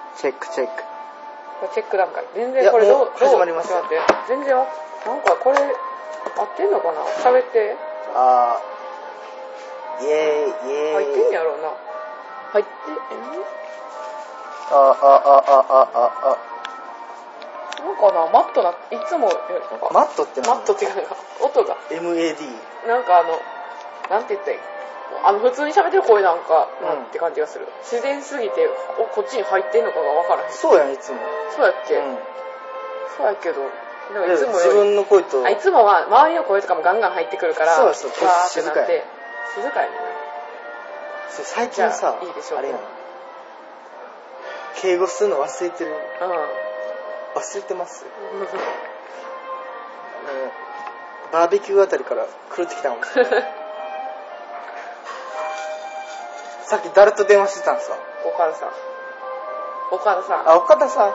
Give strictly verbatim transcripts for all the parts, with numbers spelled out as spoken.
チェックチェック。 これチェック段階。全然これどう、 始まりました。 どう待って。全然、なんかこれ、合ってんのかな喋って。 あー、イェーイ、イェーイ。 入ってんやろうな。入って、んあ、あ、あ、あ、あ、あ、あ。 なんかな、マットな、いつもよりなんか、 マットってマットっていうか、音が。 エムエーディー。 なんかあの、なんて言ったらいいあの、普通に喋ってる声なんか、 うんなんて感じがする。自然すぎて、おこっちに入ってんのかがわからへん。 そうやん、いつも。 そうやっけ、 うん、 そうやけど、なんかいつもより自分の声と。 あ、いつもは周りの声とかもガンガン入ってくるから、 そうそう、 わーってなって。 静静かやねんな。 それ最近さ、 いいでしょうあれやん。敬語するの忘れてる。 うん。 忘れてます。バーベキューあたりから狂ってきたかもしれない。さっき誰と電話してたんですか？ 岡田さん。岡田さん。 あ、岡田さん。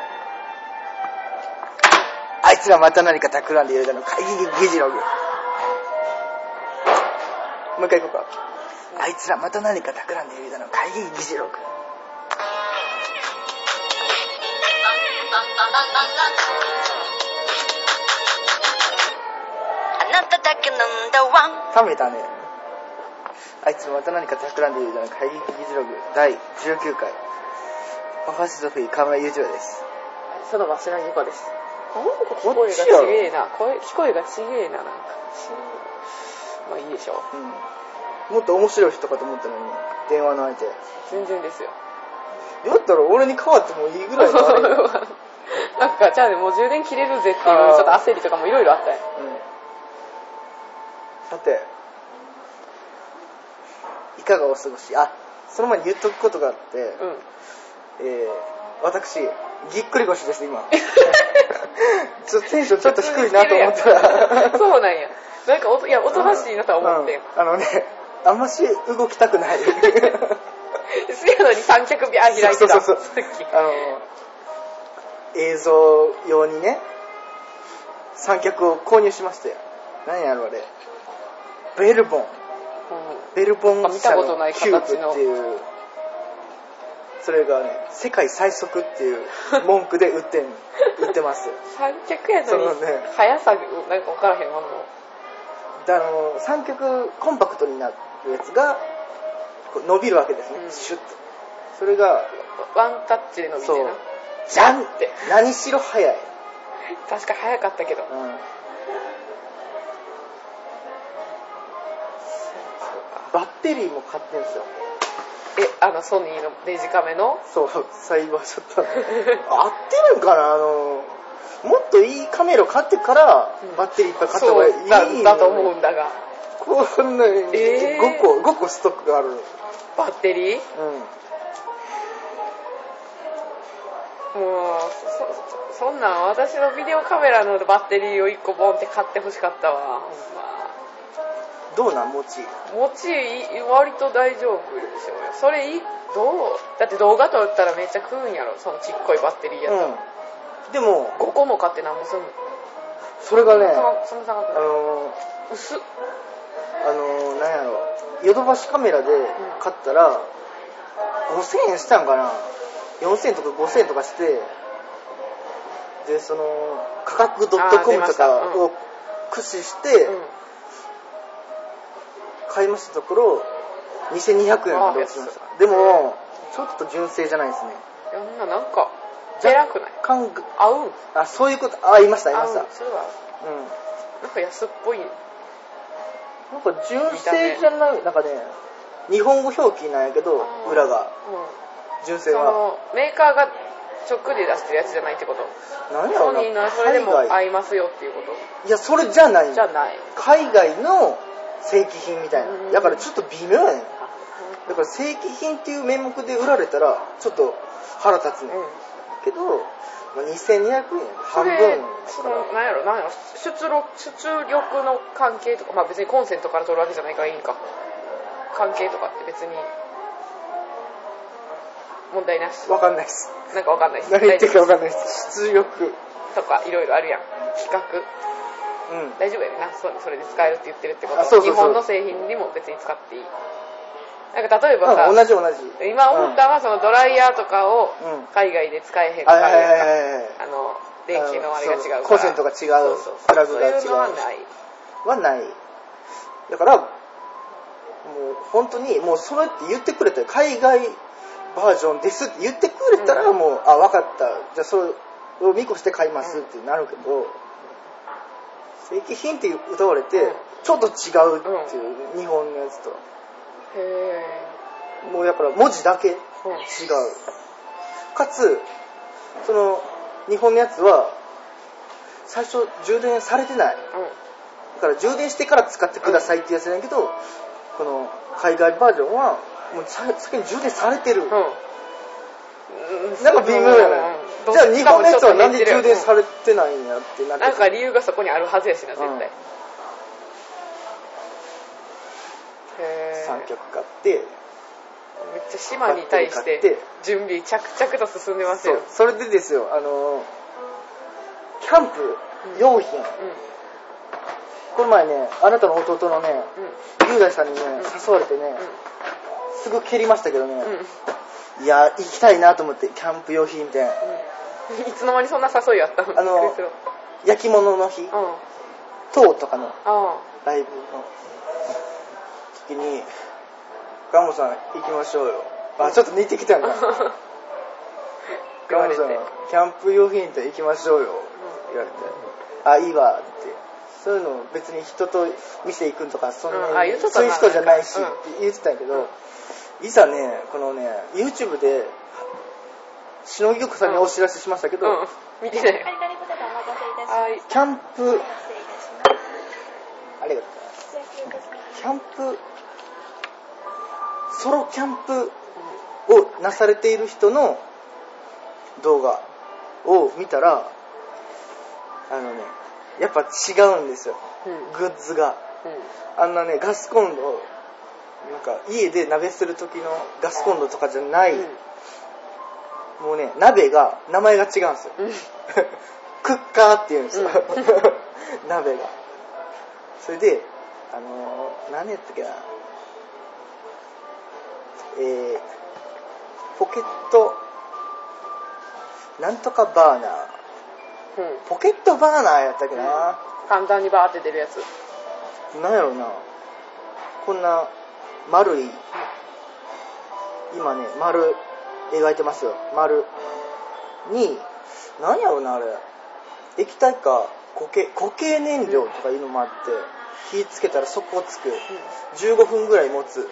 あいつらまた何か企んでいるだろう。会議議事録。もう一回行こうか。あいつらまた何か企んでいるだろう。会議議事録。 あなただけなんだわん。 ためたね。あいつらまた何か企んでいるだろう。会議議事録だいじゅうきゅうかい。ファシソフィー河村裕次郎です。 その場白木子です。なんか声がちげえな。声、聞こえがちげえな、なんか。まあいいでしょう。 うん。もっと面白い人かと思ったのに、電話の相手。 全然ですよ。 だったら俺に代わってもいいぐらいのあれ。 なんか、じゃあね、もう充電切れるぜっていう、ちょっと焦りとかもいろいろあったよ。 うん。さて、いかがお過ごし？あ、その前に言っとくことがあって、うん。えー、私、ぎっくり腰です、今。ちょっとテンションちょっと低いなと思ったら。 そうなんや。なんかお、いや、おとなしいなとは思って、 うん。あのね、あんまし動きたくない。 すやのに三脚ビャー開いてた。 そうそうそう。あの、映像用にね、三脚を購入しまして。何やろあれ。ベルボン。うん、ベルボン社のキューブっていう。それがね、世界最速っていう文句で売ってん売ってます。 三脚やのに、ね、速さなんか分からへんわもう。 であの三脚コンパクトになるやつが伸びるわけですね、うん、シュッと。それがワンタッチで伸びてな。 ジャンって何しろ速い。 確か速かったけど。うん、 バッテリーも買ってんですよ。 え、あのソニーのデジカメの？ そう、サイバーショット。合ってるんかな。あのもっといいカメラを買ってからバッテリーいっぱい買った方がいい、 うん、だ, だと思うんだが。 こんなにごこ、ごこストックがある。 バッテリー？うん。もうそそんなん私のビデオカメラのバッテリーをいっこボンって買ってほしかったわ。ほんま。 どうなん持ち？ 持ち割と大丈夫でしょうよ。それいどう？だって動画撮ったらめっちゃ食うんやろ。そのちっこいバッテリーやと。うん、 でもごこも買って何もすんの？ それがね、 そんな高くない？あのー、薄っ。 あのー、なんやろヨドバシカメラで買ったら、うん、ごせんえんしたんかな。よんせんえんとかごせんえんとかして、でその価格 .com とかを駆使して、うん、買いましたところにせんにひゃくえんで落ちました。でもちょっと純正じゃないですね。 いやな、なんかじゃらくない？合う？ あ、そういうこと。あ、いましたいました。 それはうん。なんか安っぽい。 なんか純正じゃない、なんかね、日本語表記なんやけど裏が、うん、純正はそのメーカーが直で出してるやつじゃないってこと？ 何やろな。 ソニーのそれでも合いますよっていうこと？ いや、それじゃない。 じゃない。 海外の正規品みたいな。だからちょっと微妙やねん。だから正規品っていう名目で売られたらちょっと腹立つね、うん、けど、まあ、にせんにひゃくえん半分。 そのなんやろなんやろ出力出力の関係とか、まあ別にコンセントから取るわけじゃないからいいんか。関係とかって別に問題なし。 わかんないです。 なんかわかんないです。 何言ってるかわかんないです。出力とかいろいろあるやん。比較。うん、大丈夫やねな。それで使えるって言ってるってこと。 あ、そうそうそう。 日本の製品にも別に使っていい。 なんか例えばさ、 うん、同じ同じ。 今思ったのはそのドライヤーとかを海外で使えへんとかいうか、 はいはいはいはい、 あの電気のあれが違うから、 コンセントが違う、 そうそうプラグが違う。 そういうのはない。 はない。だからもう本当にもうそれって言ってくれたら、海外バージョンですって言ってくれたらもう、うん、あ分かった、じゃあそれを見越して買いますってなるけど、うん、正規品って歌われて、うん、ちょっと違うっていう、うん、日本のやつと。 へーもうやっぱり文字だけ違う、うん、かつその日本のやつは最初充電されてない、うん、だから充電してから使ってくださいってやつなんやけど、うん、この海外バージョンはもう先に充電されてる、うん、なんか微妙やね、うん、じゃあ日本のやつはなんで充電されてないんやってなって、 なんか理由がそこにあるはずやしな絶対、うん、へ三脚買ってめっちゃ島に対して準備着々と進んでますよ。 そう、それでですよ、あのキャンプ用品、うんうん、この前ね、あなたの弟のね、雄、うん、大さんにね、うん、誘われてね、うん、すぐ蹴りましたけどね、うん、いや行きたいなと思って、キャンプ用品みたいな、 うん、いつの間にそんな誘いあったの？ あの焼き物の日、うん、塔とかのライブの時に、ガモさん行きましょうよ。あ、ちょっと似てきたんだ。ガモさんキャンプ用品と行きましょうよ、うん、言われて、あ、いいわって。そういうの別に人と店行くんとかそんなに、うん、そういう人じゃないし、うん、って言ってたんやけど、うん、いざね、このね YouTube でしのぎ玉さんにお知らせしましたけど、うんうん、 見てね。 キャンプありがとうございます。キャンプソロキャンプをなされている人の動画を見たら、あのね、やっぱ違うんですよ、うん、グッズが、うん、あんなねガスコンロ、なんか家で鍋する時のガスコンロとかじゃない、うん、もうね鍋が名前が違うんですよ、うん、クッカーっていうんですよ、うん、鍋が。それであのー、何やったっけな、えー、ポケットなんとかバーナー、うん、ポケットバーナーやったっけな、うん、 簡単にバーって出るやつ、 なんやろうな、こんな丸い、今ね丸描いてますよ、丸になんやろうな、あれ液体か固形固形燃料とかいうのもあって、うん、火つけたら速攻つく、うん、じゅうごふんぐらい持つ、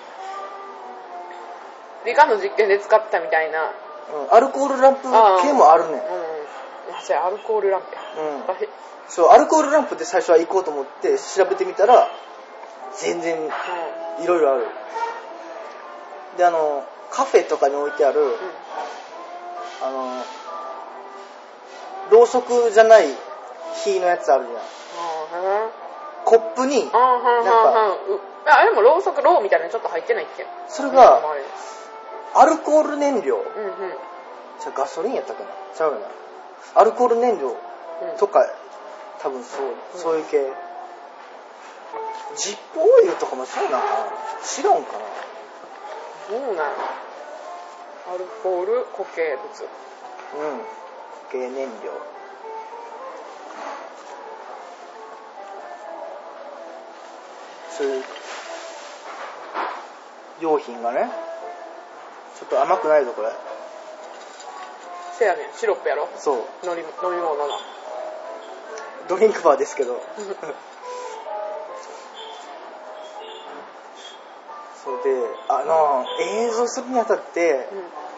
理科の実験で使ったみたいな、 うん、アルコールランプ系もあるねん。うん、 じゃあアルコールランプや、 うん、そうアルコールランプで最初は行こうと思って調べてみたら全然いろいろある。であのカフェとかに置いてある、うん、あのろうそくじゃない火のやつあるじゃん、うん、コップになんか、 あれもろうそくろうみたいなのちょっと入ってないっけ、 それがアルコール燃料、うんうん、じゃガソリンやったかな、ちゃうよな、アルコール燃料とか、うん、多分そう、うん、そういう系、ジップオイルとかもそうなのかな、違うんかな、 そうなの、アルコール固形物、 うん、固形燃料、そういう用品がね、ちょっと甘くないぞこれ。 せやねん、シロップやろ。 そう。 飲み、飲み物の。 ドリンクバーですけど。それで、あの映像するにあたって、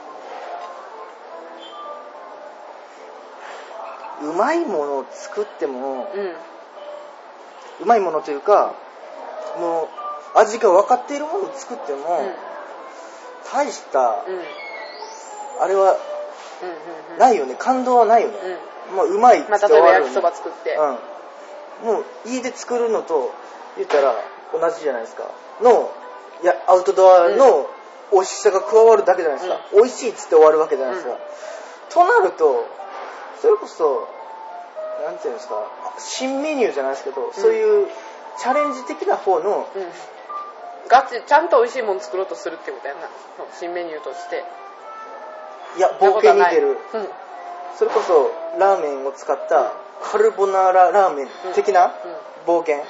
うん、うまいものを作っても、うん、うまいものというか、もう味が分かっているものを作っても。うん大した、うん、あれはないよね、感動はないよね、うん、まあうまいって言って終わるよね、まあ、例えば焼きそば作って、 うん、もう家で作るのと言ったら同じじゃないですかの、いやアウトドアの美味しさが加わるだけじゃないですか、うん、美味しいっつって終わるわけじゃないですか、うん、となるとそれこそなんていうんですか、新メニューじゃないですけど、うん、そういうチャレンジ的な方のガチちゃんと美味しいもの作ろうとするってことやんな、新メニューとして。 いや冒険に出る、 うん、 それこそラーメンを使ったカルボナーララーメン的な冒険、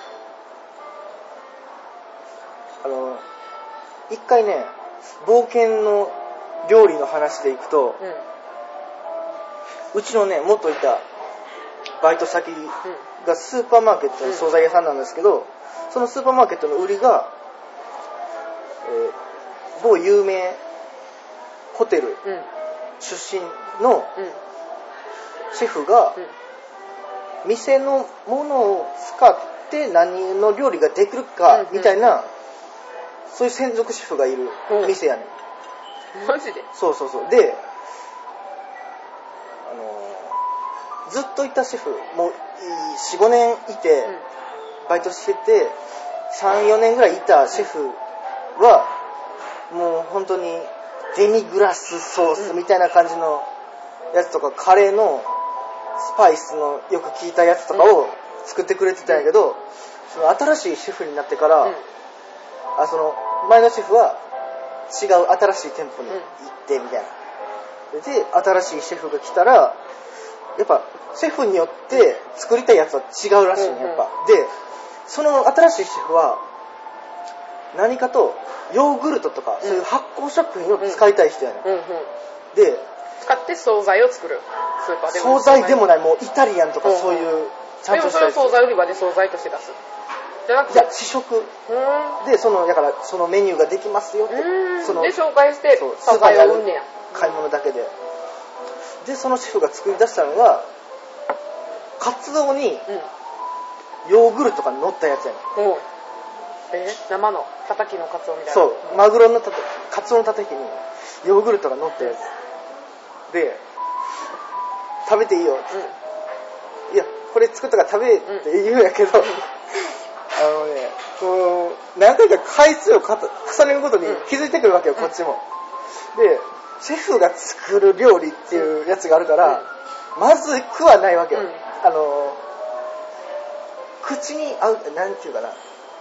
あの一回ね冒険の料理の話でいくと、うん、うちのね元いたバイト先がスーパーマーケットの惣菜屋さんなんですけど、うん、そのスーパーマーケットの売りが、えー、某有名ホテル出身のシェフが店のものを使って何の料理ができるかみたいな、そういう専属シェフがいる店やねん。 マジで？ そうそうそう。で、あのー、ずっといたシェフもう よん,ご 年いてバイトしててさん、よねんぐらいいたシェフはもう本当にデミグラスソースみたいな感じのやつとか、カレーのスパイスのよく効いたやつとかを作ってくれてたんやけど、その新しいシェフになってから、うん、あその前のシェフは違う新しい店舗に行ってみたいな、で新しいシェフが来たらやっぱシェフによって作りたいやつは違うらしいね、やっぱ。でその新しいシェフは何かとヨーグルトとか、うん、そういう発酵食品を使いたい人やね、うんうんうん、で使って惣菜を作るスーパーでも惣菜でもないもうイタリアンとかそういうちゃんとしたやつ、 でもそれを惣菜売り場で惣菜として出すじゃなくて、 いや試食でそのだからそのメニューができますよってそので紹介して惣菜を売んねや、 買い物だけで。でそのシェフが作り出したのがカツオにヨーグルトが乗ったやつやね、うん、 え生のたたきのカツオみたいな。 そう、マグロのたたカツオのたたきにヨーグルトが乗ったやつで食べていいよって、うん、いやこれ作ったから食べって言うんやけど、うん、あのねこう何回か回数を重ねるごとに気づいてくるわけよ、うん、こっちも。でシェフが作る料理っていうやつがあるから、うん、まずくはないわけよ、うん、あの口に合うなんていうかな、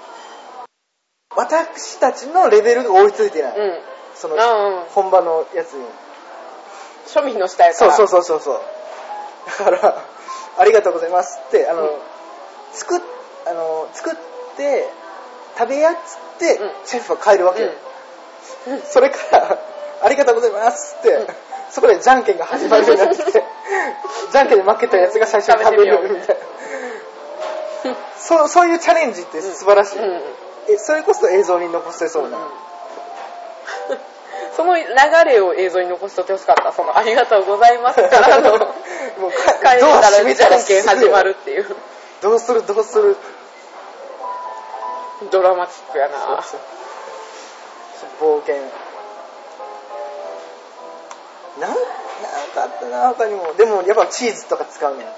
私たちのレベルが追いついてない、うん、その本場のやつに庶民の下やから。 そうそうそうそうだからありがとうございますってあの、うん、作っあの作って食べやっつって、うん、シェフは帰るわけよ、うん、それからありがとうございますって、うん、そこでじゃんけんが始まるようになっててじゃんけんで負けたやつが最初に食べるみたいなそ, そういうチャレンジって素晴らしい、うんうん、えそれこそ映像に残せそうな、うん、 その流れを映像に残しとってほしかった。そのありがとうございますからのもう帰ったらじゃんけん始まるっていう。 どうするどうするドラマチックやな。そうそう冒険なんなんかあったな他にも。でもやっぱチーズとか使うねん、うん、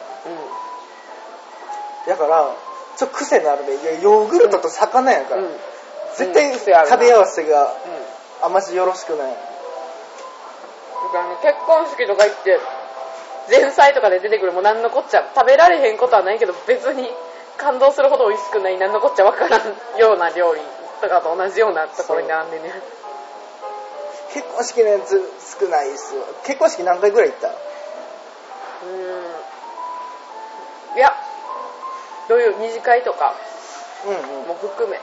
だからちょっと癖のあるね。ヨーグルトと魚やから、うん、絶対食べ合わせがあんましよろしくない、うん、 あの結婚式とか行って前菜とかで出てくるもう何のこっちゃ食べられへんことはないけど別に感動するほど美味しくない何のこっちゃわからんような料理とかと同じようなところに並んでね。 結婚式のやつ少ないですよ。結婚式何回ぐらい行った？うーんいやどういう二次会とかも含め、うんうん、い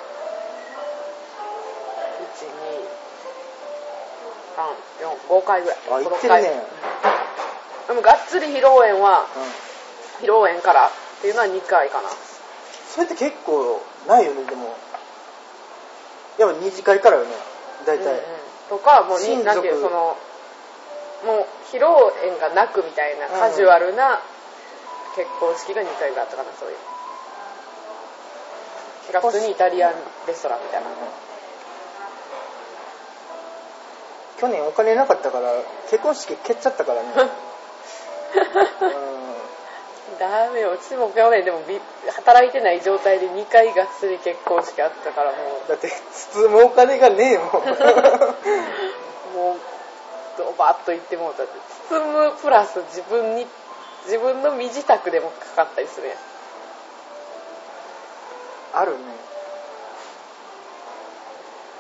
ち、に、さん、よん、ごかいぐらい。 あ、行ってるね。 でもがっつり披露宴は、うん、披露宴からっていうのはにかいかな。 それって結構ないよね。でもやっぱ二次会からよね大体、うんうん、 とかもうになんていうそのもう披露宴がなくみたいなカジュアルな結婚式がにかいぐらいあったかな。そういう普通にイタリアンレストランみたいな、うん、 去年お金なかったから結婚式蹴っちゃったからね、うん、 ダメよ。うちも去年でも働いてない状態でにかいがっつり結婚式あったからもうだって包むお金がねえもんもうドバッと言ってもうたって包むプラス自分に自分の身支度でもかかったりするやん。 あるね。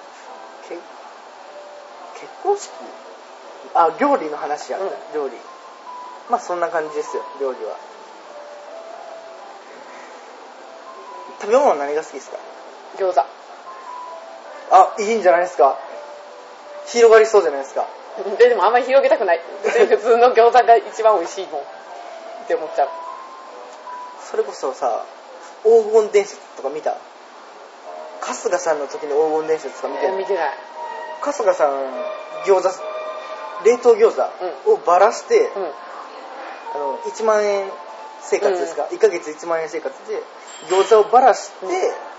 公式あ料理の話やった、 うん、 料理まあそんな感じですよ料理は。食べ物は何が好きですか？ 餃子。 あ、いいんじゃないですか。広がりそうじゃないですか。 で, でもあんまり広げたくない。普通の餃子が一番美味しいもんって思っちゃう。 それこそさ、黄金伝説とか見た？春日さんの時の黄金伝説とか見てる？ 見てない。 春日さん餃子冷凍餃子をばらして、うん、あのいちまんえん生活ですか、うん、いっかげついちまんえん生活で餃子をばらして、うん、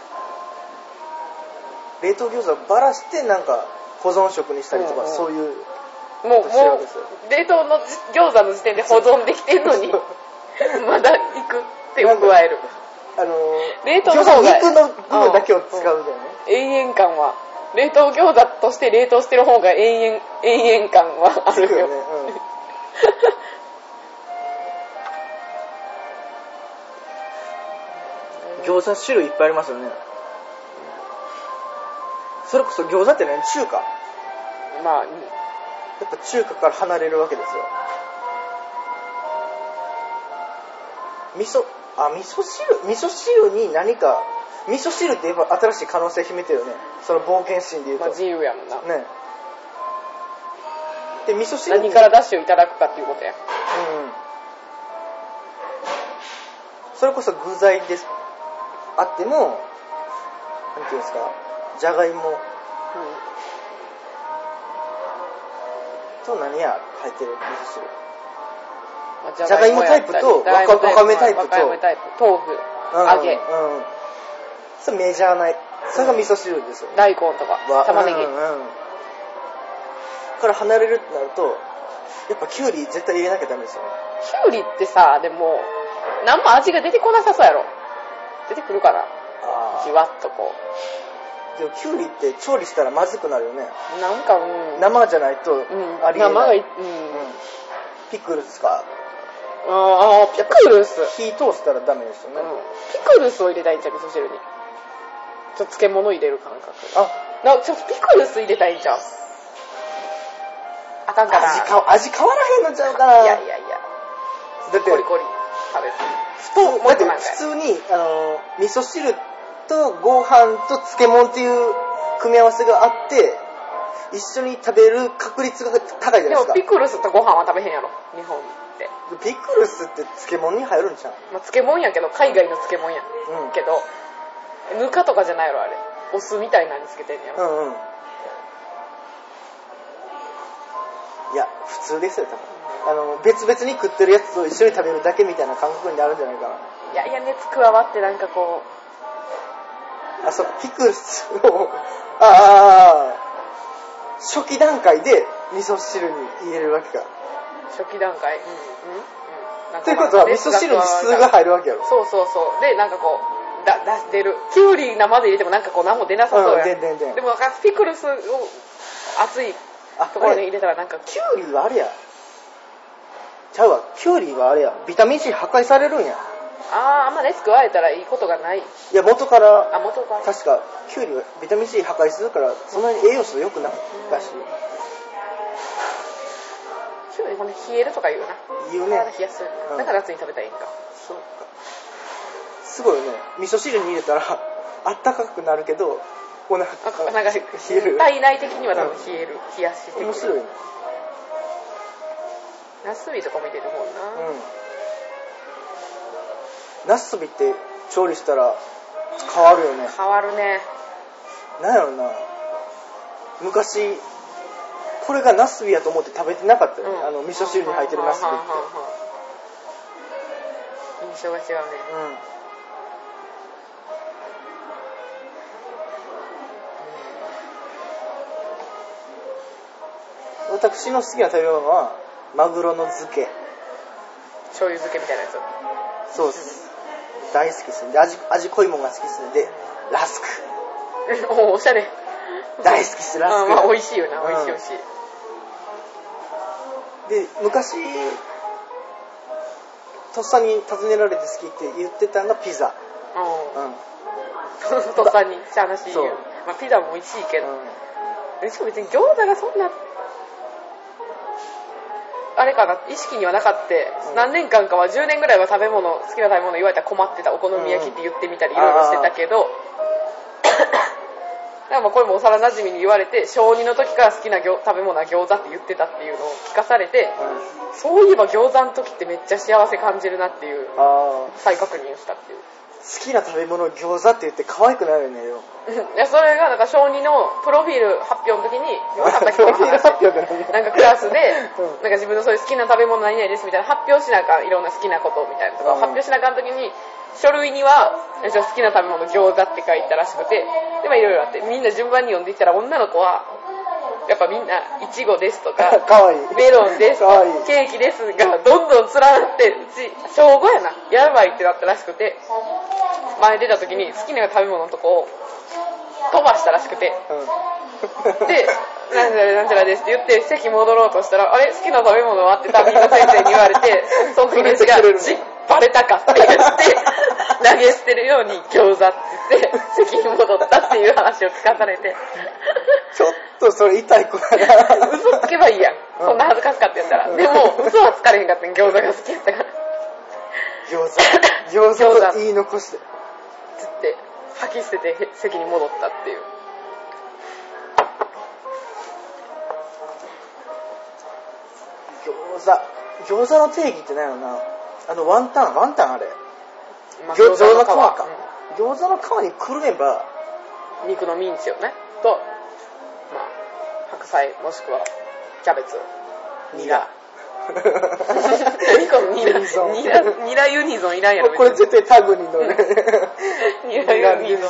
冷凍餃子をばらしてなんか保存食にしたりとか、うんうん、そういうもうもう冷凍の餃子の時点で保存できてんのにまだ行くって加える。あのー、冷凍の方が肉の部分だけを使うんだよね、 うん、永遠感は冷凍餃子として冷凍してる方が永遠永遠感はあるよ、ねうん、餃子種類いっぱいありますよね。それこそ餃子ってね、中華まあやっぱ中華から離れるわけですよ。味噌あ味噌汁味噌汁に何か味噌汁ってやっぱ新しい可能性秘めてるよね。その冒険心でいうと、 まあ、自由やもんなね。で味噌汁何からダッシュをいただくかっていうことや。うん。 それこそ具材ですあってもなんていうんですか、じゃがいも、うん、と何や入ってる味噌汁。じゃがいもタイプとわかめタイプと豆腐、うん、揚げ、うん、 それメジャーなそれが味噌汁ですよね。 大根とか玉ねぎ、うんうん、 から離れるってなるとやっぱきゅうり絶対入れなきゃダメですよね。 きゅうりってさでも何も味が出てこなさそうやろ。出てくるかな、じわっとこう。でもきゅうりって調理したらまずくなるよね。 なんか、うん、 生じゃないとありえない、うん、生がい、うん、ピクルスか。 ああ、ピクルス火通したらダメですよね、うん、 ピクルスを入れたいんちゃう味噌汁に。ちょっと漬物入れる感覚。あ、なちょっとピクルス入れたいんちゃう。あかんかな。 味か味変わらへんのちゃうかな。 いやいやいや。だってコリコリ食べる。 ふとだって普通にあの味噌汁とご飯と漬物っていう組み合わせがあって一緒に食べる確率が高いじゃないですか。 でもピクルスとご飯は食べへんやろ日本って。 ピクルスって漬物に入るんちゃう？ まあ、漬物やけど海外の漬物や、うん、けどぬかとかじゃないやろあれ。お酢みたいなのにつけてんやろ。うんうん。 いや普通ですよ多分。あの別々に食ってるやつと一緒に食べるだけみたいな感覚になるんじゃないかな。 いやいや熱加わってなんかこうあそうピクルスをああ初期段階で味噌汁に入れるわけか。 初期段階。うんうん。ということは味噌汁に酢が入るわけやろ。 そうそうそう。でなんかこうだ出るキュウリ生で入れてもなんかこう何も出なさそうや、うん、でんでんでん。でもピクルスを熱いところに入れたらなんかキュウリはあれやちゃうわ。キュウリはあれやビタミン C 破壊されるんや。 あーあんま熱加えたらいいことがない。 いや元からあ元から確かキュウリはビタミン C 破壊するからそんなに栄養素良くなかったし、うん、 キュウリほんで冷えるとか言うな。 言うね。 冷やす、うん、だから夏に食べたらいいんか。 そうかすごいね。味噌汁に入れたらあったかくなるけどお腹がなんか冷える。体内的には多分冷える、うん、冷やしてくる。 面白いね。 ナスビとかも入れるもんな。うん。 ナスビって調理したら変わるよね。 変わるね。 なんやろな。昔これがナスビやと思って食べてなかったよね。うん、あの味噌汁に入ってるナスビって。 印象が違うね。 うん。私の好きな食べ物はマグロの漬け。 醤油漬けみたいなやつ。 そうです。大好きですね。で 味, 味濃いもんが好きですね。でラスク。おおしゃれ。 大好きですラスク。 あまあ美味しいよな、美味しい美味しい。 で昔とっさに尋ねられて好きって言ってたのがピザ。 うん。とっさにしゃあなし言う。まあピザも美味しいけど。うん、しかも別に餃子がそんなあれかな、意識にはなかった、うん、何年間かはじゅうねんぐらいは食べ物好きな食べ物言われたら困ってた、お好み焼きって言ってみたりいろいろしてたけど、だからまあこれも幼馴染に言われて、小にの時から好きな食べ物は餃子って言ってたっていうのを聞かされて、うん、そういえば餃子の時ってめっちゃ幸せ感じるなっていう再確認をしたっていう。 好きな食べ物餃子って言って可愛くなるよね。 いや、それがなんか小にのプロフィール発表の時に言わなかった人の話なんかクラスで、うん、なんか自分のそういう好きな食べ物何々ですみたいな発表しなあかん、いろんな好きなことみたいなとか、うん、発表しなあかん時に書類には好きな食べ物餃子って書いたらしくて、でまあいろいろあって、みんな順番に読んでいったら女の子はやっぱみんないちごですとかかわいいメロンですとかケーキですがどんどん連なって、うち小ごやな、やばいってなったらしくて、前出た時に好きな食べ物のとこを飛ばしたらしくて、うん、でなんちゃらなんちゃらですって言って席戻ろうとしたら、あれ好きな食べ物はって担任の先生に言われて、その時の私がちバレたかって言って投げ捨てるように餃子って言って席に戻ったっていう話を聞かされてちょっとそれ痛い子やな。 嘘つけばいいやん、そんな恥ずかしかったやったら、うん、でも嘘はつかれへんかったん、餃子が好きやったから餃子餃子と言い残してつって吐き捨てて席に戻ったっていう。 餃子餃子の定義って何やろな。あのワンタンワンタンあれ、 まあ、餃子の皮か、 うん、餃子の皮にくるめば肉のミンチをねと、まあ、白菜もしくはキャベツ、ニラ何このニラニラニラユニゾンいらんやろ。 これ絶対タグに乗るニラユニゾン。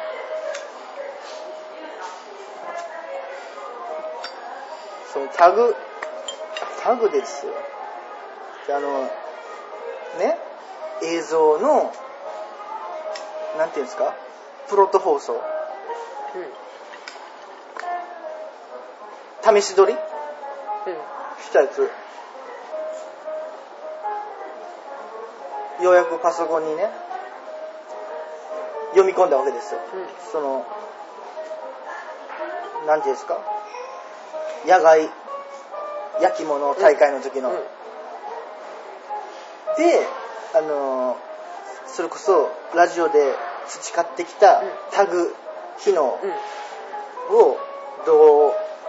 そのタグタグですよ。あのね、映像のなんていうんですか、プロット放送、うん、試し撮り、うん、したやつようやくパソコンにね読み込んだわけですよ、うん、そのなんていうんですか、野外焼き物大会の時の、うんうん、で、あのー、それこそラジオで培ってきたタグ機能をどう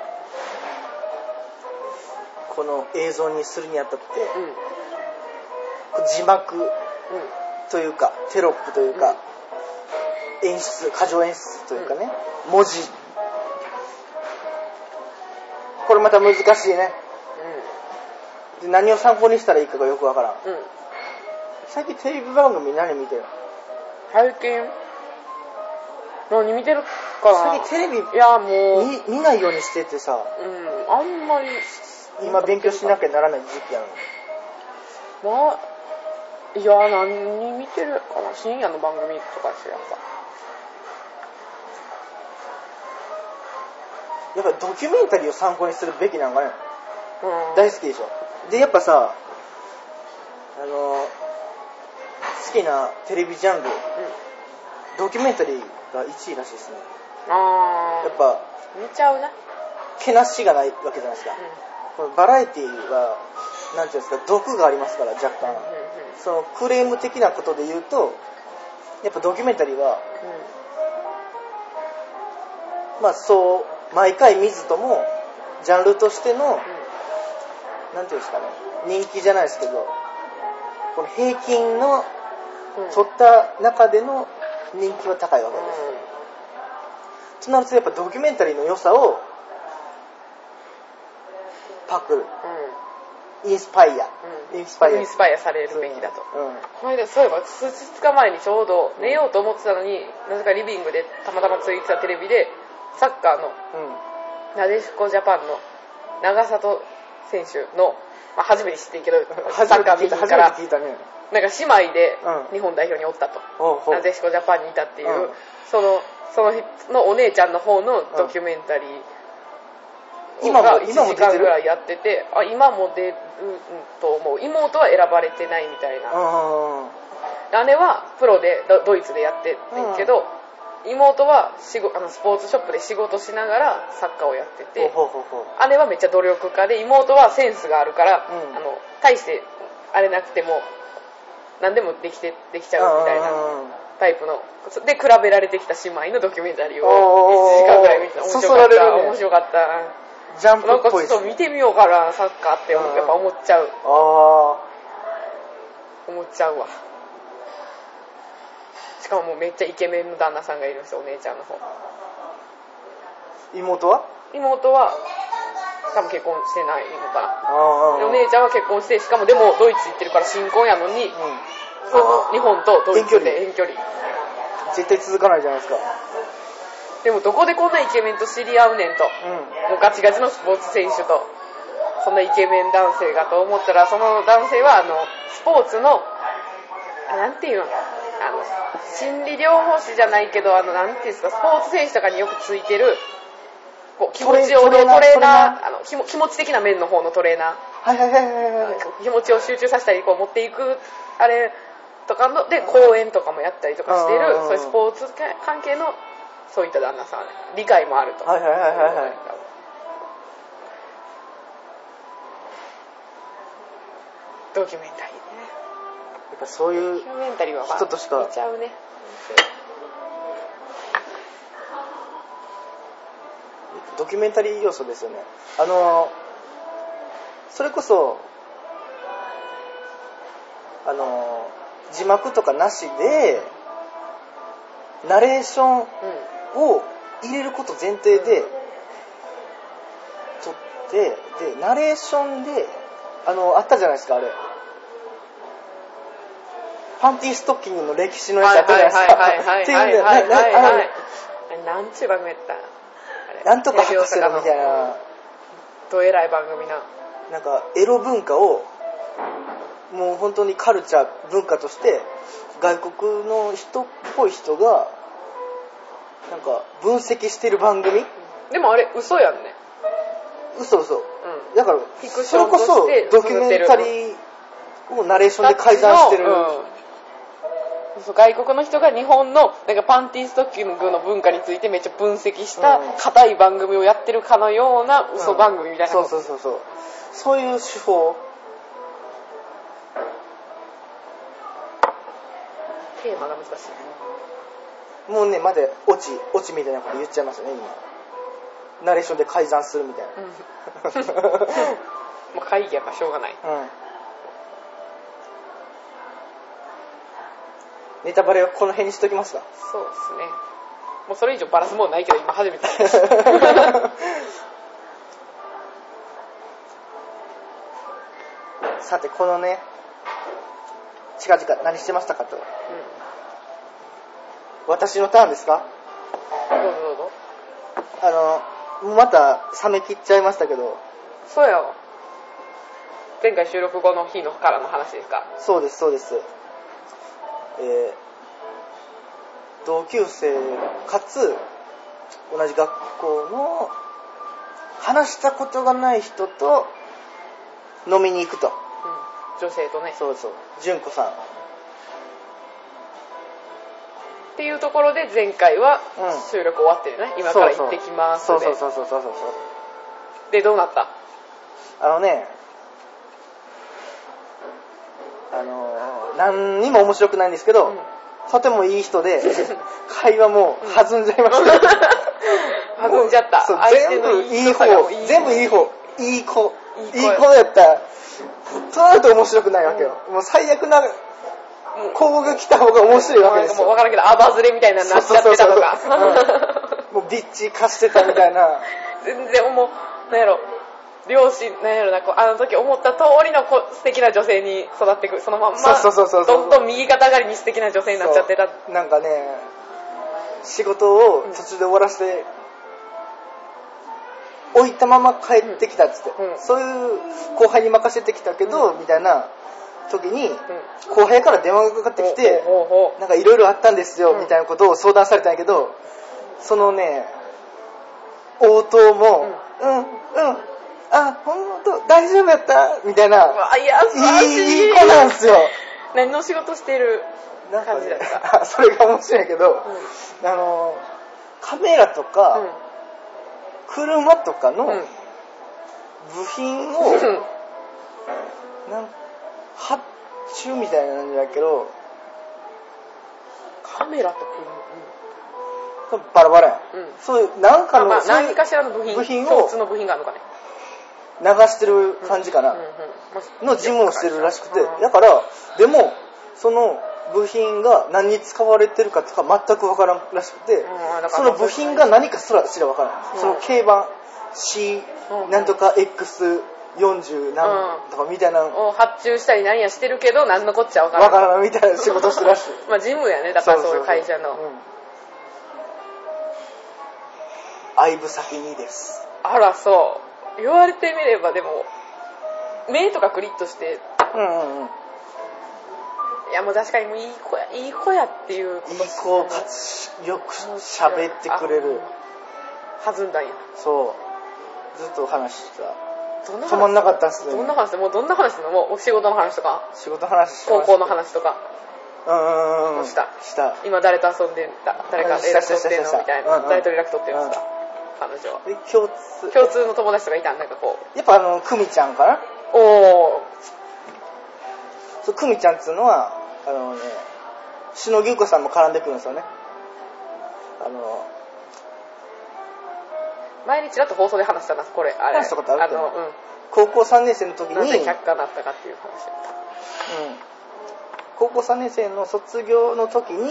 この映像にするにあたって、うん、字幕というかテロップというか、うん、演出過剰演出というかね、うん、文字、これまた難しいね、うん、で何を参考にしたらいいかがよくわからん、うん、最近テレビ番組何見てる？ 最近何見てるかな。 最近テレビ、 いやもう見, 見ないようにしててさ、 うん、あんまり今勉強しなきゃならない時期やの。 まあいや何見てるかな、深夜の番組とかですよ、やっぱやっぱドキュメンタリーを参考にするべきなんかね、うん、大好きでしょ。でやっぱさ、あの好きなテレビジャンル、うん、ドキュメンタリーがいちいらしいですね。 あやっぱ見ちゃうな、 けなしがないわけじゃないですか、うん、このバラエティーはなんていうんですか、毒がありますから若干、うんうんうん、そのクレーム的なことで言うとやっぱドキュメンタリーは、うん、まあそう毎回見ずともジャンルとしての、うん、なんていうんですかね、人気じゃないですけど、この平均の取った中での人気は高いわけです、うん、となるとやっぱドキュメンタリーの良さをパクる、うん、インスパイア、 うん、インスパイアインスパイアされるべきだと、うん、この間そういえば数日前にちょうど寝ようと思ってたのに、なぜかリビングでたまたまついてたテレビでサッカーの、うん、なでしこジャパンの長里選手の、まあ、初めて知ってんけどサッカー見てから、ね、なんか姉妹で日本代表におったと、うん、なでしこジャパンにいたっていう、うん、そのそののお姉ちゃんの方のドキュメンタリーがいちじかんぐらいやってて、あ今も出ると思う。妹は選ばれてないみたいな、姉はプロでドイツでやってるけど、 妹は仕事あのスポーツショップで仕事しながらサッカーをやってて、 ほうほうほう。 姉はめっちゃ努力家で妹はセンスがあるから、 うん、 あの大してあれなくても何でもできてできちゃうみたいなタイプので比べられてきた姉妹のドキュメンタリーをいちじかんぐらい見て面白かった、ね、面白かったジャンプっぽいなんかちょっと見てみようかなサッカーってやっぱ思っちゃう。 ああ思っちゃうわ。しかももうめっちゃイケメンの旦那さんがいるんですよ、お姉ちゃんの方。 妹は妹は多分結婚してないのかな。 あお姉ちゃんは結婚して、しかもでもドイツ行ってるから新婚やのに、うん、その日本とドイツで遠距離絶対続かないじゃないですか。 でもどこでこんなイケメンと知り合うねんと、うん、もうガチガチのスポーツ選手とそんなイケメン男性がと思ったら、その男性はあのスポーツのあなんていうのあの心理療法士じゃないけど、あのなんていうんですか、スポーツ選手とかによくついてるこう気持ちをトレーナー、あの気持ち的な面の方のトレーナー、 はいはいはいはいはい、 気持ちを集中させたりこう持っていくあれとかので講演とかもやったりとかしている、そういうスポーツ関係のそういった旦那さん、理解もあると。 はいはいはいはい、はい、 ドキュメンタリーね。 やっぱそういう人としか見ちゃうね。 ドキュメンタリー要素ですよね。あのそれこそあの字幕とかなしでナレーションを入れること前提で撮ってでナレーションであのあったじゃないですか、あれパンティーストッキングの歴史のやつあったじゃないですかっていうんで、 なんちゅう番組やったなんとか博士のみたいなどえらい番組な、 なんかエロ文化をもう本当にカルチャー文化として外国の人っぽい人がなんか分析してる番組。 でもあれ嘘やんね。 嘘嘘、うん、だからフィクションとしてそれこそドキュメンタリーをナレーションで改ざんしてる、 そう外国の人が日本のなんかパンティーストッキングの文化についてめっちゃ分析した硬い番組をやってるかのような嘘番組みたいな、 うん、そうそうそうそう、そういう手法。 テーマが難しい。もうねまだオチオチみたいなこと言っちゃいますよね今。ナレーションで改ざんするみたいな、うん、もう会議やからしょうがない、うん、 ネタバレはこの辺にしときますか。 そうですね、もうそれ以上バラすもんないけど今初めてさてこのね近々何してましたかと、うん、私のターンですか。 どうぞどうぞ。 あのまた冷め切っちゃいましたけど。 そうやわ、前回収録後の日のからの話ですか。 そうですそうです、えー、同級生かつ同じ学校の話したことがない人と飲みに行くと、うん、 女性とね。 そうそう、純子さんっていうところで前回は収録終わってるね、うん、今から行ってきますそうそうそうそうそうそうそう。 でどうなった。 あのねあのー、何にも面白くないんですけど、うん、とてもいい人で会話も弾んじゃいました、うん、 弾んじゃった。 そう全部いい方、全部いい方、いい子いい子やったらとなると面白くないわけよ、うん、もう最悪なこうが来た方が面白いわけですよ。 もう分からんけどアバズレみたいなになっちゃってたとか、 もうビッチ化してたみたいな全然もうなんやろ両親なんやろな、こうあの時思った通りのこ素敵な女性に育っていく、そのまんまどんどん右肩上がりに素敵な女性になっちゃってた。 なんかね仕事を途中で終わらせて、うん、置いたまま帰ってきたっつって、うん、そういう後輩に任せてきたけど、うん、みたいな時に、うん、後輩から電話がかかってきて、うん、なんかいろいろあったんですよ、うん、みたいなことを相談されたんやけど、そのね応答も、うん、うん、うんあ、ほんと大丈夫やったみたいな、 いやいい、いい子なんすよ。 何の仕事してる。 なんか、ね、 感じだったそれが面白いけど、うん、あのカメラとか、うん、車とかの部品を、うん、なん発注みたいなんじゃないけど、 カメラと車、うん、バラバラやん、うん、そういうなんかの、 まあ、何かしらの部品、 部品を共通の部品があるのかね、 流してる感じかな、うんうんうん、の事務をしてるらしくて、だからでもその部品が何に使われてるかとか全く分からんらしくて、うん、その部品が何かすら知ら分からない、うん、その軽板 C なんとか エックスよんじゅう なんとかみたいなのを発注したり何やしてるけど何のこっちゃ分からん分からんみたいな仕事してるらしいまあ事務やね、だからそういう会社の、 相武先にです。 あら、そう言われてみればでも目とかクリッとして、うんうんうん、いやもう確かにもういい子やいい子やっていうこと、 いい子かつよく喋ってくれる、 弾んだんや。 そうずっと話してた。 どんな止まんなかったっすね。 どんな話もうどんな話のもう仕事の話とか仕事の話し高校の話とかうんうんしたした今誰と遊んでた誰か連絡取ってんのみたいな、うんうん、誰と連絡取ってるんですか、うん、彼女は共通共通の友達とかいたんなんかこうやっぱあの久美ちゃんかな。 おおそう久美ちゃんっつうのはあのね篠木優子さんも絡んでくるんですよね。あの毎日だと放送で話したなこれあれ話したことあるあの、うん、 高校さんねん生の時になんで百科だったかっていう話だった、 うん、高校さんねん生の卒業の時に、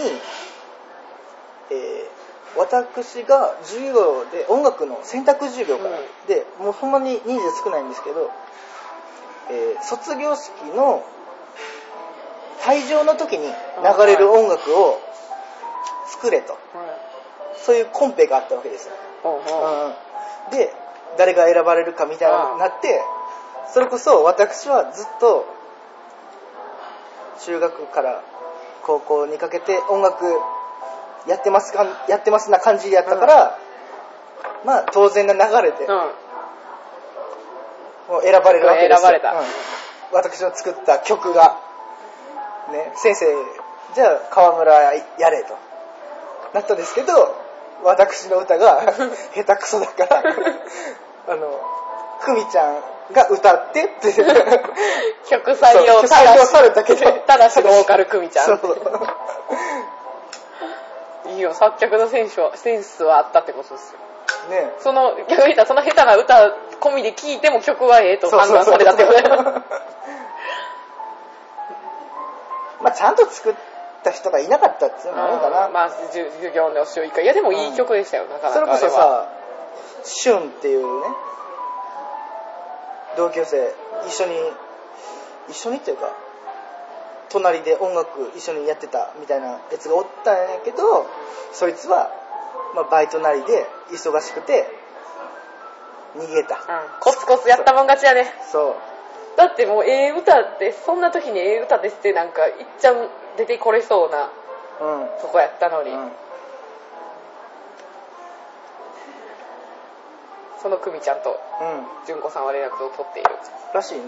えー、私が授業で音楽の選択授業から、うん、でもうほんまに人数少ないんですけど、えー、卒業式の退場の時に流れる音楽を作れと、はい、そういうコンペがあったわけですよ、はいうんで誰が選ばれるかみたいなになってそれこそ私はずっと中学から高校にかけて音楽やってますかやってますな感じやったから、うん、まあ当然な流れで、うん、もう選ばれるわけですよ。 選ばれた、うん、 私の作った曲がね先生じゃあ川村やれとなったんですけど私の歌が下手くそだからあの久美ちゃんが歌ってって曲採用採用されたけどただしボーカル久美ちゃんいいよ作曲のセンスはセンスはあったってことですよね。その逆に言ったらその下手な歌込みで聴いても曲はええと判断されたってことまあちゃんと作った人がいなかったっていうのもあるかな。 まあ授業の教育いやでもいい曲でしたよ、うん、なかなかそれこそさシュンっていうね同級生一緒に一緒にっていうか隣で音楽一緒にやってたみたいなやつがおったんやけどそいつは、まあ、バイトなりで忙しくて逃げた、うん、 コツコツやったもん勝ちやね。 そうだってもうええ歌ってそんな時にええ歌ですってなんかいっちゃん出てこれそうな、うん、とこやったのに、うん、その久美ちゃんと純子さんは連絡を取っているらしいね。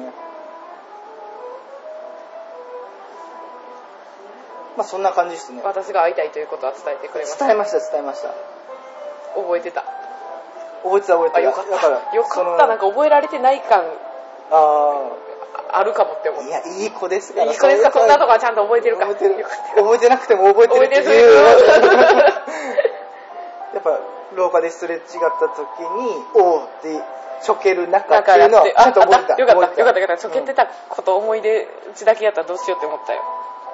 まあそんな感じですね。 私が会いたいということは伝えてくれました。 伝えました伝えました。 覚えてた覚えてた覚えてた。 よかっただからよかったなんか覚えられてない感ああるかもって思う。 いやいい子ですから。 いい子ですか。そんなとこはちゃんと覚えてるか。 覚えてる。覚えてなくても覚えてるっていう。やっぱ廊下ですれ違った時におーってちょける中っていうのはちゃんと覚えてた。 よかったよかったよかった。ちょけてたこと思い出うちだけやったらどうしようって思ったよ。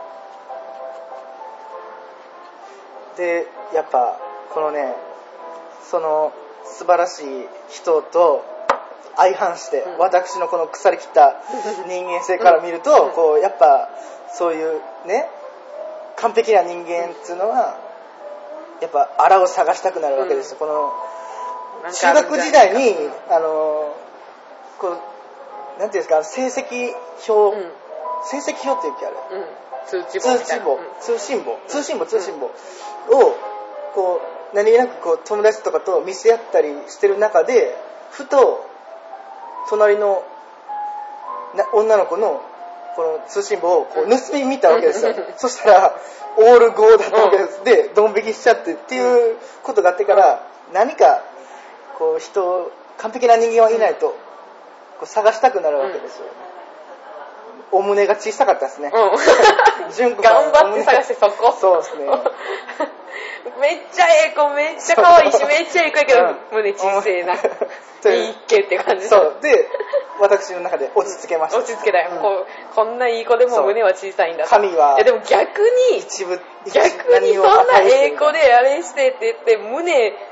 でやっぱこのねその素晴らしい人と相反して、うん、私のこの腐りきった人間性から見ると、うん、こうやっぱそういうね完璧な人間っていうのはやっぱあらを探したくなるわけですよ、うん、この中学時代にあのこうなんていうんですか成績表、うん、成績表っていうっけあれ、 うん、通知簿通知簿、うん、通信簿通信簿通信簿をこう何気なくこう友達とかと見せ合ったりしてる中でふと隣の女の子のこの通信簿をこう盗み見たわけですよ、うん、そしたらオールゴーだったわけです、うん、でドン引きしちゃってっていうことがあってから、うん、何かこう人完璧な人間はいないと、うん、こう探したくなるわけですよ、うん、お胸が小さかったですね、 うん、純子さん頑張って探してそこそうですねめっちゃええ子めっちゃ可愛いしめっちゃええ子やけど、うん、胸小さいな、うん、いいっけって感じそうで私の中で落ち着けました、 落ち着けたよ、うん、こうこんないい子でも胸は小さいんだ神はでも逆に一部逆にそんなええ子であれしてって言って胸ちっ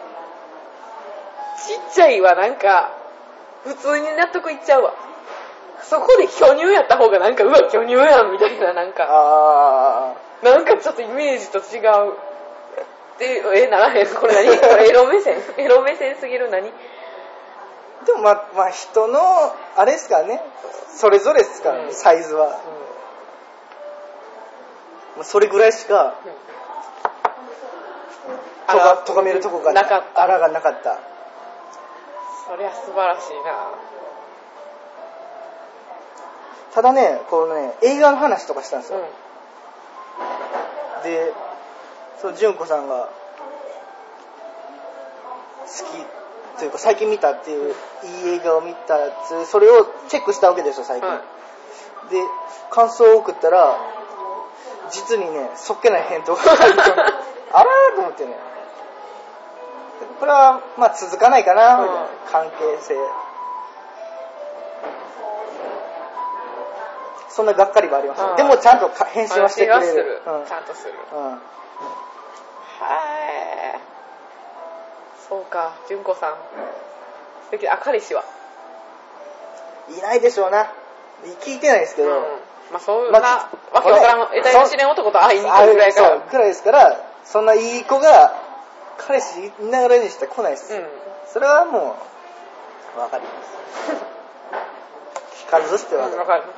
ちゃいはなんか普通に納得いっちゃうわ。そこで巨乳やった方がなんかうわ巨乳やんみたいななんかあなんかちょっとイメージと違うってえならへんこれ何これエロ目線エロ目線すぎる何でもまあ、まあ、人のあれですからねそれぞれですからね、うん、サイズは、うん、もうそれぐらいしか、うん、とがとがめるとこがなかったあらがなかった。 そりゃ素晴らしいな。 ただねこのね映画の話とかしたんですよ、うん、でその純子さんが好きというか最近見たっていういい映画を見たやつそれをチェックしたわけですよ最近、はい、で感想を送ったら実にねそっけない返答が返ってあらーと思ってねこれはまあ続かないかなみたいな関係性、そんながっかりはありました、でもちゃんと返信はしてくれる、 する、うん、ちゃんとする、うん、はいそうか純子さん素敵。あ彼氏はいないでしょうな聞いてないですけど、うん、 まあそんな、まあ、わけわからん得体の知れん男と会いに行くぐらいからそうぐらいですからそんないい子が彼氏いながらにして来ないです、うん、それはもう分かります聞かずして分かる、うん、分かる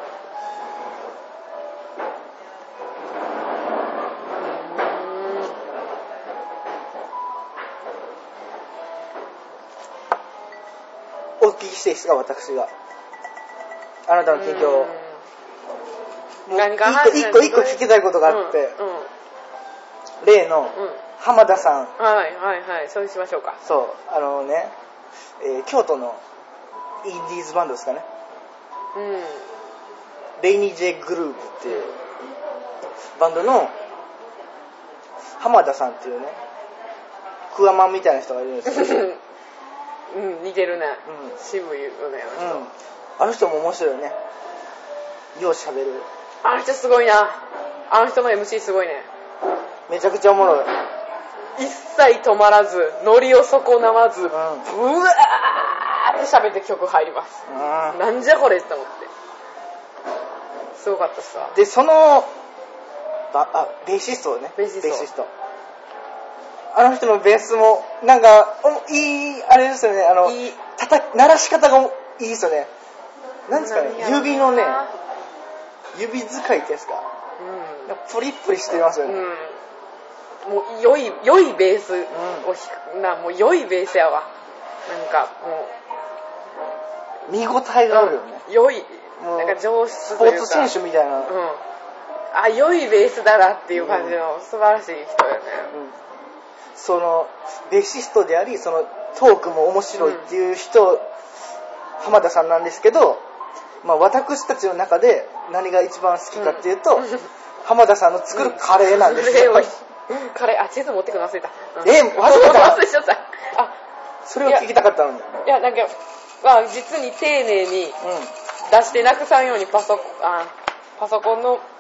お聞きしていいですか私があなたの近況を何か一個一個聞きたいことがあって、うんうん、例の浜田さん、うん、 はいはいはいそうしましょうか。 そうあのね、えー、京都のインディーズバンドですかね、うん、レイニー・ジェ・グループっていうバンドの浜田さんっていうねクワマンみたいな人がいるんですようん、似てるね、うん、渋いよねあの人、うん、 あの人も面白いよねようしゃべるあの人すごいなあの人の エムシー すごいねめちゃくちゃおもろい一切止まらずノリを損なわず、うん、うわーって喋って曲入ります、うん、なんじゃこれって思ってすごかったさ。 でそのばあベーシストねベーシスト、ベーシストあの人のベースもなんかいいあれですよねあのいいたた鳴らし方がいいですよねなんですかね指のね指使いってやつか、うん、プリップリしてますよね、うん、 もう良い良いベースを弾く、うん、なもう良いベースやわなんかもう見応えがあるよね、 うん、良いなんか上質というかスポーツ選手みたいな、うん、 あ良いベースだなっていう感じの素晴らしい人やね、うんそのベーシストでありそのトークも面白いっていう人、うん、浜田さんなんですけど、まあ、私たちの中で何が一番好きかっていうと、うん、浜田さんの作るカレーなんですよ、うん、 カレーあチーズ持ってくの忘れた、 うん、え忘れた忘れちゃったあそれを聞きたかったのにいやなんか、まあ、実に丁寧に出してなくさんようにパソあパソコンの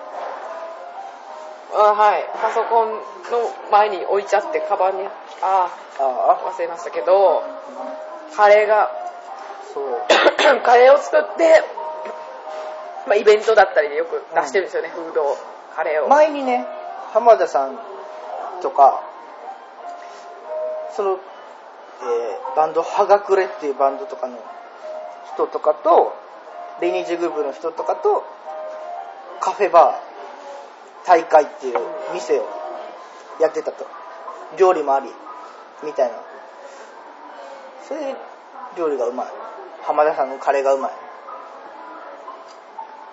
あはいパソコンの前に置いちゃってカバンにああ忘れましたけどカレーがそうカレーを作って、まあ、イベントだったりでよく出してるんですよね、うん、フードカレーを前にね浜田さんとかその、えー、バンドはがくれっていうバンドとかの人とかとレイニージグループの人とかとカフェバー大会っていう店をやってたと料理もありみたいなそれで料理がうまい浜田さんのカレーがうまい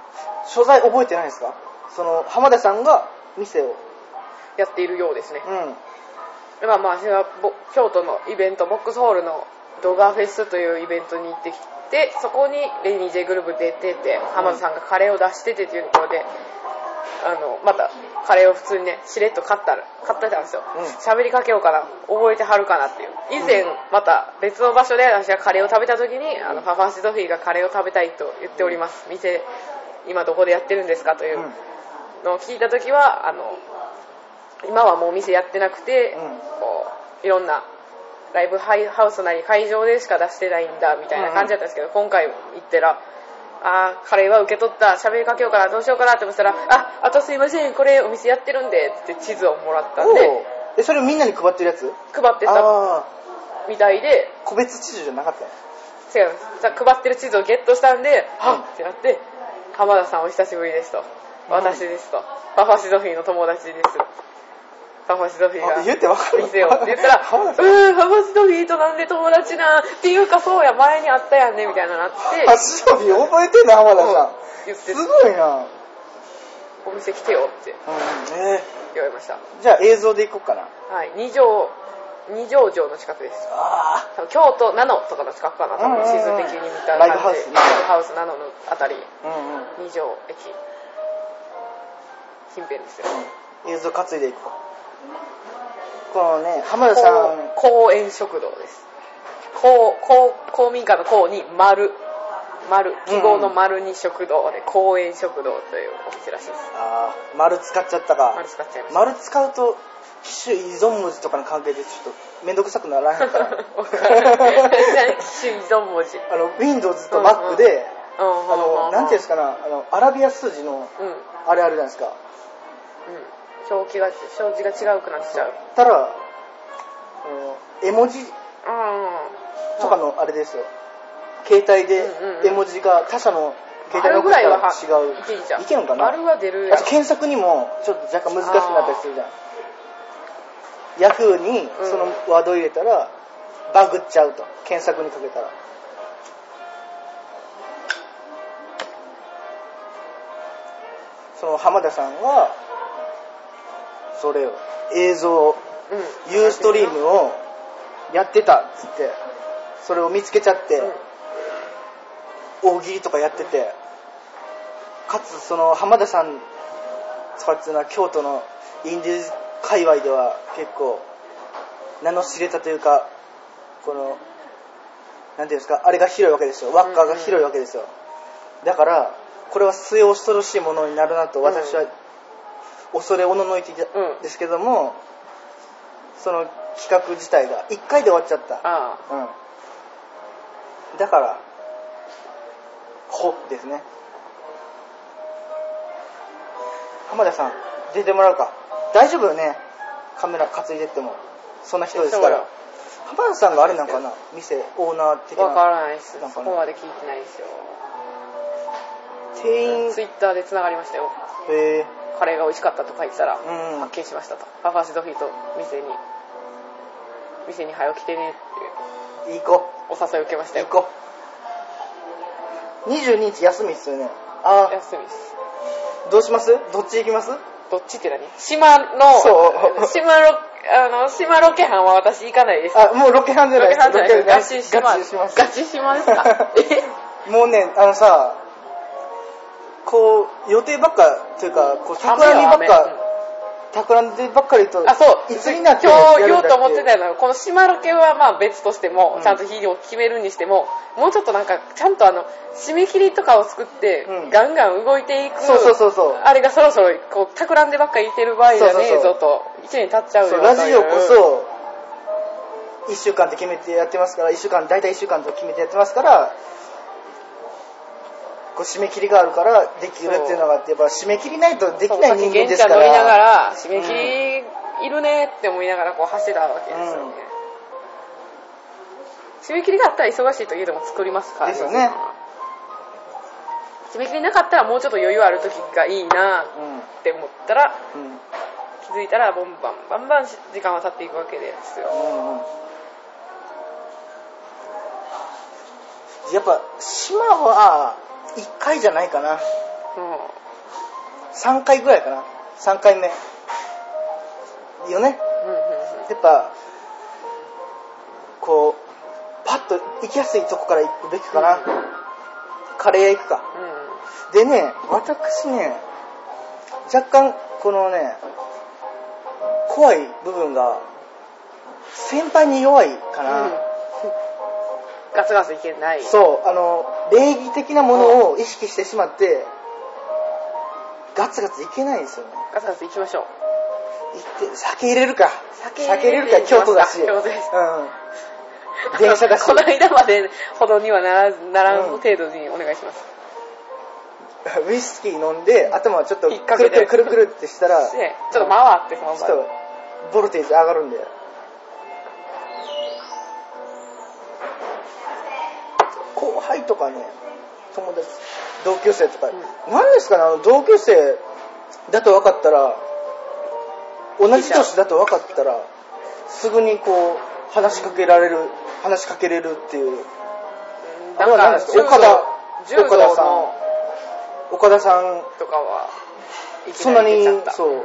所在覚えてないですか？その浜田さんが店をやっているようですね。 うん。 まあまあ、私は京都のイベント、ボックスホールのドガーフェスというイベントに行ってきて、そこにレニー J グループ出てて、浜田さんがカレーを出しててというところで、あの、またカレーを普通にね、しれっと買ったら、買ってたんですよ。喋、うん、りかけようかな、覚えてはるかなっていう。以前、また別の場所で私がカレーを食べた時に、あの、パファシドフィーがカレーを食べたいと言っております。店、今どこでやってるんですかというのを聞いた時は、あの、今はもう店やってなくて、うん、こういろんなライブハウスなり会場でしか出してないんだみたいな感じだったんですけど、うん、今回行ったら、あーカレーは受け取った、喋りかけようかな、どうしようかなって思ったら、あ、あとすいません、これお店やってるんでって地図をもらったんで、 え、それをみんなに配ってるやつ？ 配ってたみたいで、 個別地図じゃなかったよ。 違う、配ってる地図をゲットしたんで、はっってなって、浜田さんお久しぶりですと、私ですと、うん、パファシドフィーの友達です。パファシドフィーが言ってわかる店をって言ったら、うーん、パファシドフィーとなんで友達なっていうか、そうや、前にあったやんねみたいななって、 パファシドフィー覚えてんの浜田さん。言ってすごいな。 お店来てよって言われました。 じゃあ映像で行こうかな。 はい、二条二条城の近くです。ああ。京都ナノとかの近くかな。多分地図的に見たライブハウス、 ライブハウスナノのあたり、 うんうん、 二条駅近辺ですよ。 映像担いでいこう。このね、浜田さん公園食堂です。公公公民館の公に丸丸記号の丸に食堂で、公園食堂というお店らしいです。 ああ、丸使っちゃったか。 丸使っちゃいました。 丸使うと機種依存文字とかの関係でちょっとめんどくさくならへんから。機種依存文字。 あの Windows と Mac で、うんうん、あのなんていうんですかな、あのアラビア数字の、うん、あれあるじゃないですか。 うん、表記が表示が違うくなっちゃう。 たら、絵文字とかのあれですよ。携帯で絵文字が他社の携帯の送ったら違う。 いけんじゃん。 いけんのかな。 丸は出るやん。 あと検索にもちょっと若干難しくなったりするじゃん。ヤフーにそのワードを入れたらバグっちゃうと、検索にかけたら。その浜田さんはそれを映像、うん、ユーストリームをやってたっつって、それを見つけちゃって、うん、大喜利とかやってて、かつその浜田さんとかっていうのは京都のインディーズ界隈では結構名の知れたというか、このなんていうんですか、あれが広いわけですよ、輪っかが広いわけですよ、うんうん、だからこれは末恐ろしいものになるなと私は恐れおののいていたんですけども、うん、その企画自体がいっかいで終わっちゃった。ああ、うん、だからほですね。浜田さん出てもらうか。大丈夫よね、カメラ担いでってもそんな人ですから。浜田さんがあれなんかな、店オーナー的な。 わからないです、そこまで聞いてないですよ。 店員ツイッターでつながりましたよ。 へえ。 カレーが美味しかったと書いてたら、うん、発見しましたと。パファシドフィーと店に店に早起きてねっていういい子お誘い受けましたよ。 いい子。にじゅうににち休みっすよね。ああ、 休みです。 どうします？どっち行きます？ どっちって何？島のそう島ロあの島ロケハンは私行かないです。 あ、もうロケハンじゃないです。 ロケハンじゃないです。ガチします。 ガチ島ですか？ えもうね、あのさ、こう予定ばっかというか、こう企みばっか企んでばっかりと、 あ、そういつになって今日言おうと思ってたのは、この島ロケはまあ別としても、うん、ちゃんと日を決めるにしても、もうちょっとなんかちゃんとあの締め切りとかを作って、うん、ガンガン動いていく、 そうそうそうそう、 あれがそろそろこう企んでばっかりいてる場合じゃねえぞと、いちねん経っちゃうよ。 ラジオこそいっしゅうかんって決めてやってますから、いっしゅうかん、大体いっしゅうかんと決めてやってますから、こう締め切りがあるからできるっていうのがあって、やっぱ締め切りないとできない人間ですから。 乗りながら締め切りいるねって思いながらこう走ってたわけですよね、うん、締め切りがあったら忙しいといえども作りますからですよね。 締め切りなかったらもうちょっと余裕ある時がいいなって思ったら、うん、気づいたらボンバンバンバン時間は経っていくわけですよ、うんうん、 やっぱ島はいっかいじゃないかな、 さんかいぐらいかな、さんかいめよね、 うんうんうん、 やっぱこうパッと行きやすいとこから行くべきかな、うん、カレー屋行くか、うん、でね、私ね若干このね怖い部分が先輩に弱いかな、うん、 ガツガツいけない。 そう、あの礼儀的なものを意識してしまって、うん、ガツガツいけないんですよね。 ガツガツ行きましょう。 行って酒入れるか。 酒入れるか、京都だし。 京都です。 うん。電車だし。 この間までほどにはならならん程度にお願いします。 うん、ウイスキー飲んで頭をちょっとくるくるくるくるってしたら、 ちょっと回ってそのちょっとボルテージ上がるんで。後輩とかね、友達、同級生とか、うん、何ですかね、あの同級生だと分かったら、同じ年だと分かったら、すぐにこう話しかけられる、話しかけれるっていう。あれは何ですか、岡田、岡田さん、岡田さんとかはそんなにそう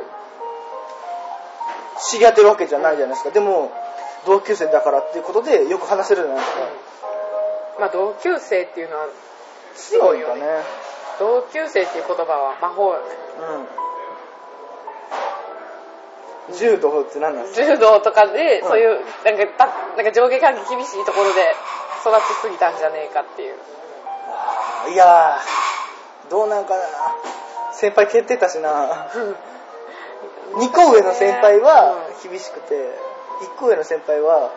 知り合ってるわけじゃないじゃないですか。でも同級生だからっていうことでよく話せるじゃないですか。 うん、まあ同級生っていうのは強いよね。同級生っていう言葉は魔法よね。 うん。柔道って何なんですか？ 柔道とかで、うん、そういうなんかなんか上下関係厳しいところで育ちすぎたんじゃねえかっていう。 いやーどうなんかな。先輩蹴ってたしな。にこ上の先輩は厳しくて、いっこ上の先輩は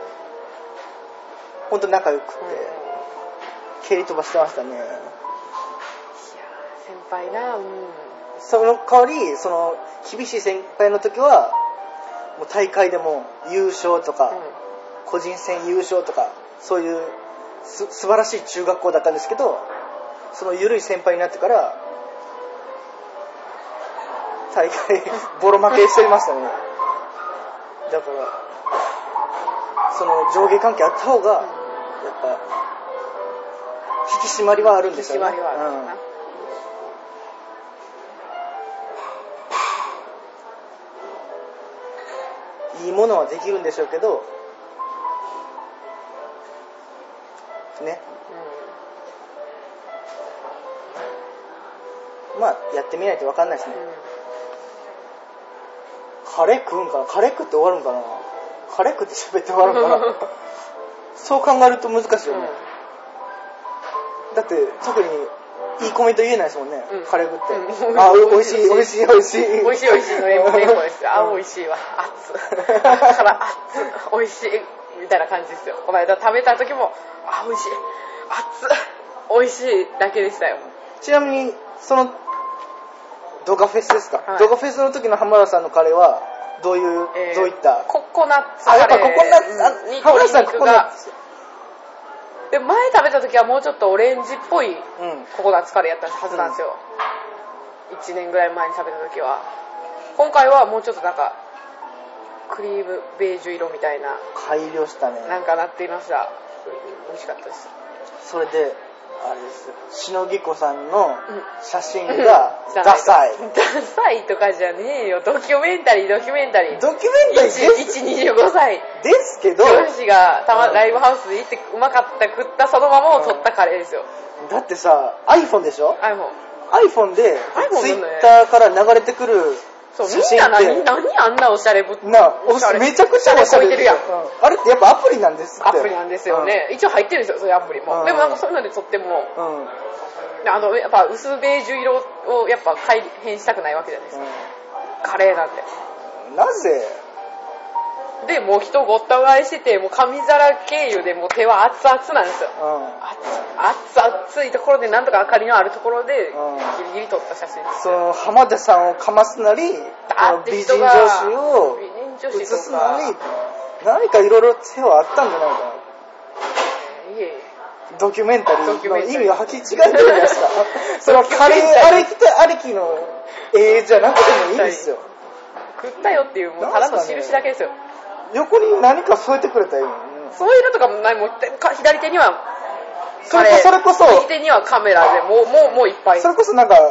ほんと仲良くて、うん、蹴り飛ばしてましたね。いや先輩な、うん、 その代わりその厳しい先輩の時はもう大会でも優勝とか、うん、個人戦優勝とかそういうす素晴らしい中学校だったんですけど、その緩い先輩になってから大会ボロ負けしていましたね。だからその上下関係あった方がやっぱ引き締まりはあるんですよね。 引き締まりはあるかな、 うん、いいものはできるんでしょうけどね、うん、まあやってみないと分かんないですね、うん、カレー食うんかな、カレー食って終わるんかな、カレー食って喋って終わるんかなそう考えると難しいよね、うん、だって特にいいコメント言えないですもんね、うん、カレー食って、うん、あ、おいしいおいしいおいしいおいしいおいしいの英語です。あ、おいしいわ、熱から熱おいしいみたいな感じですよ。この間食べた時もあ、おいしい熱おいしいだけでしたよ。 ちなみにその動画フェスですか、はい、動画フェスの時の浜田さんのカレーはどういう、えー、どういったココナッツカレー、あ、やっぱココナッツ、 浜田さんココナッツで、前食べた時はもうちょっとオレンジっぽいココナッツカレーやったはずなんですよ、うん、いちねんぐらい前に食べた時は。今回はもうちょっとなんかクリームベージュ色みたいな改良したね、 なんかなっていました。美味しかったです。 それであれですよ、しのぎこさんの写真がダサい、うん、 ダサいとかじゃねえよ、ドキュメンタリードキュメンタリードキュメンタリーです。 いち、にじゅうごさいですけど、 上司がたまライブハウスで行ってうまかった食ったそのままを撮ったカレーですよ、 うん、だってさ iPhone でしょ、 iPhone iPhone で Twitter から流れてくるそう、みんな何、何あんなおしゃれぶっなおしゃれめちゃくちゃおしゃれてるやん、うん、 あれってやっぱアプリなんですって。 アプリなんですよね、うん、一応入ってるんですよ、そういうアプリも、うん、でもなんかそういうので撮っても、うん、あのやっぱ薄ベージュ色をやっぱ改変したくないわけじゃないですか、うん、カレーなんて。 なぜでもう人ごった返してて、もう紙皿経由でもう手は熱々なんですよ、うん、熱々いところでなんとか明かりのあるところでギリギリ撮った写真です。 その浜田さんをかますなり美人女子を写すなり何かいろいろ手はあったんじゃないかな。いえドキュメンタリーの意味を履き違えてるじゃないですかそのカレーありきありきの絵じゃなくてもいいですよ。 食ったよっていうもうただの印だけですよ。 横に何か添えてくれたらいいのに、 そういうのとかもない。もう左手にはそれこそそれこそ右手にはカメラでもうもうもういっぱい。 それこそなんか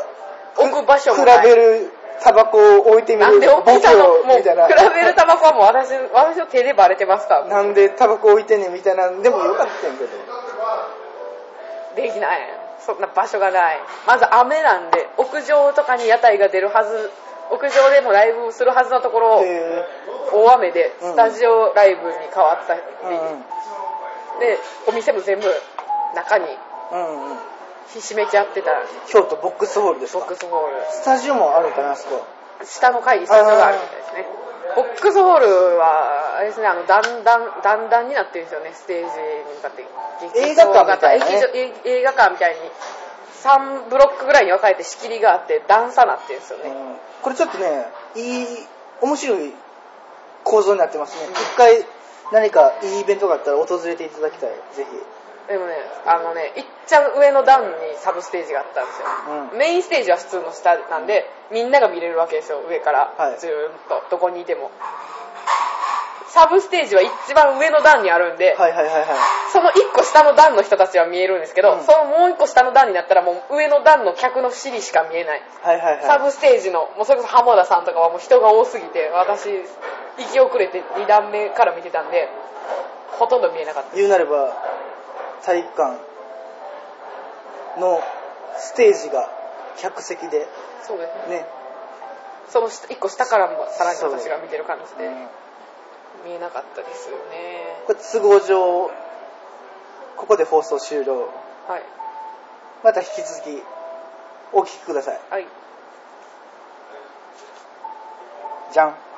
置く場所も比ない。 べるタバコを置いてみるなんで大きさの、 ボケもう、比をみたいな。 べるタバコはもう私、私の手でバレてますから。 なんでタバコ置いてんねんみたいなんでもよかったんやけど。 できない。そんな場所がない。まず雨なんで、屋上とかに屋台が出るはず、屋上でもライブするはずのところを、 へ大雨でスタジオライブに変わったり、 うんうんで、お店も全部中にうんうん。 ひしめちゃってた京都ボックスホールですボか。 ックスホール。 スタジオもあるんかな、あそこ。 下の階にスタジオがあるみたいですね。ボックスホールは、あれですね、あの、段々、段々になってるんですよね、ステージに向かって。 映画館みたいなね劇場映映画館みたいに、さんブロックぐらいに分かれて仕切りがあって、段差なってるんですよね。 うんこれちょっとね、いい、面白い構造になってますね。一回何かいいイベントがあったら訪れていただきたい、ぜひ。 でもね、あのね、いっちゃん上の段にサブステージがあったんですよ。 うんメインステージは普通の下なんで、みんなが見れるわけですよ、上から。 はいずーっと、どこにいても。サブステージは一番上の段にあるんで、 はいはいはいはい。 そのいっこ下の段の人たちは見えるんですけど、 うんそのもういっこ下の段になったらもう上の段の客の尻しか見えない。 はいはいはい。 サブステージの、もうそれこそ浜田さんとかはもう人が多すぎて、私、行き遅れてに段目から見てたんで、ほとんど見えなかった。 言うなれば、体育館のステージが客席で、 そうですね。 ね。 そのいっこ下からもさらに私が見てる感じで、 うん見えなかったですよね。 これ都合上、ここで放送終了。 はい。 また引き続き、お聞きください。 はい。 じゃん。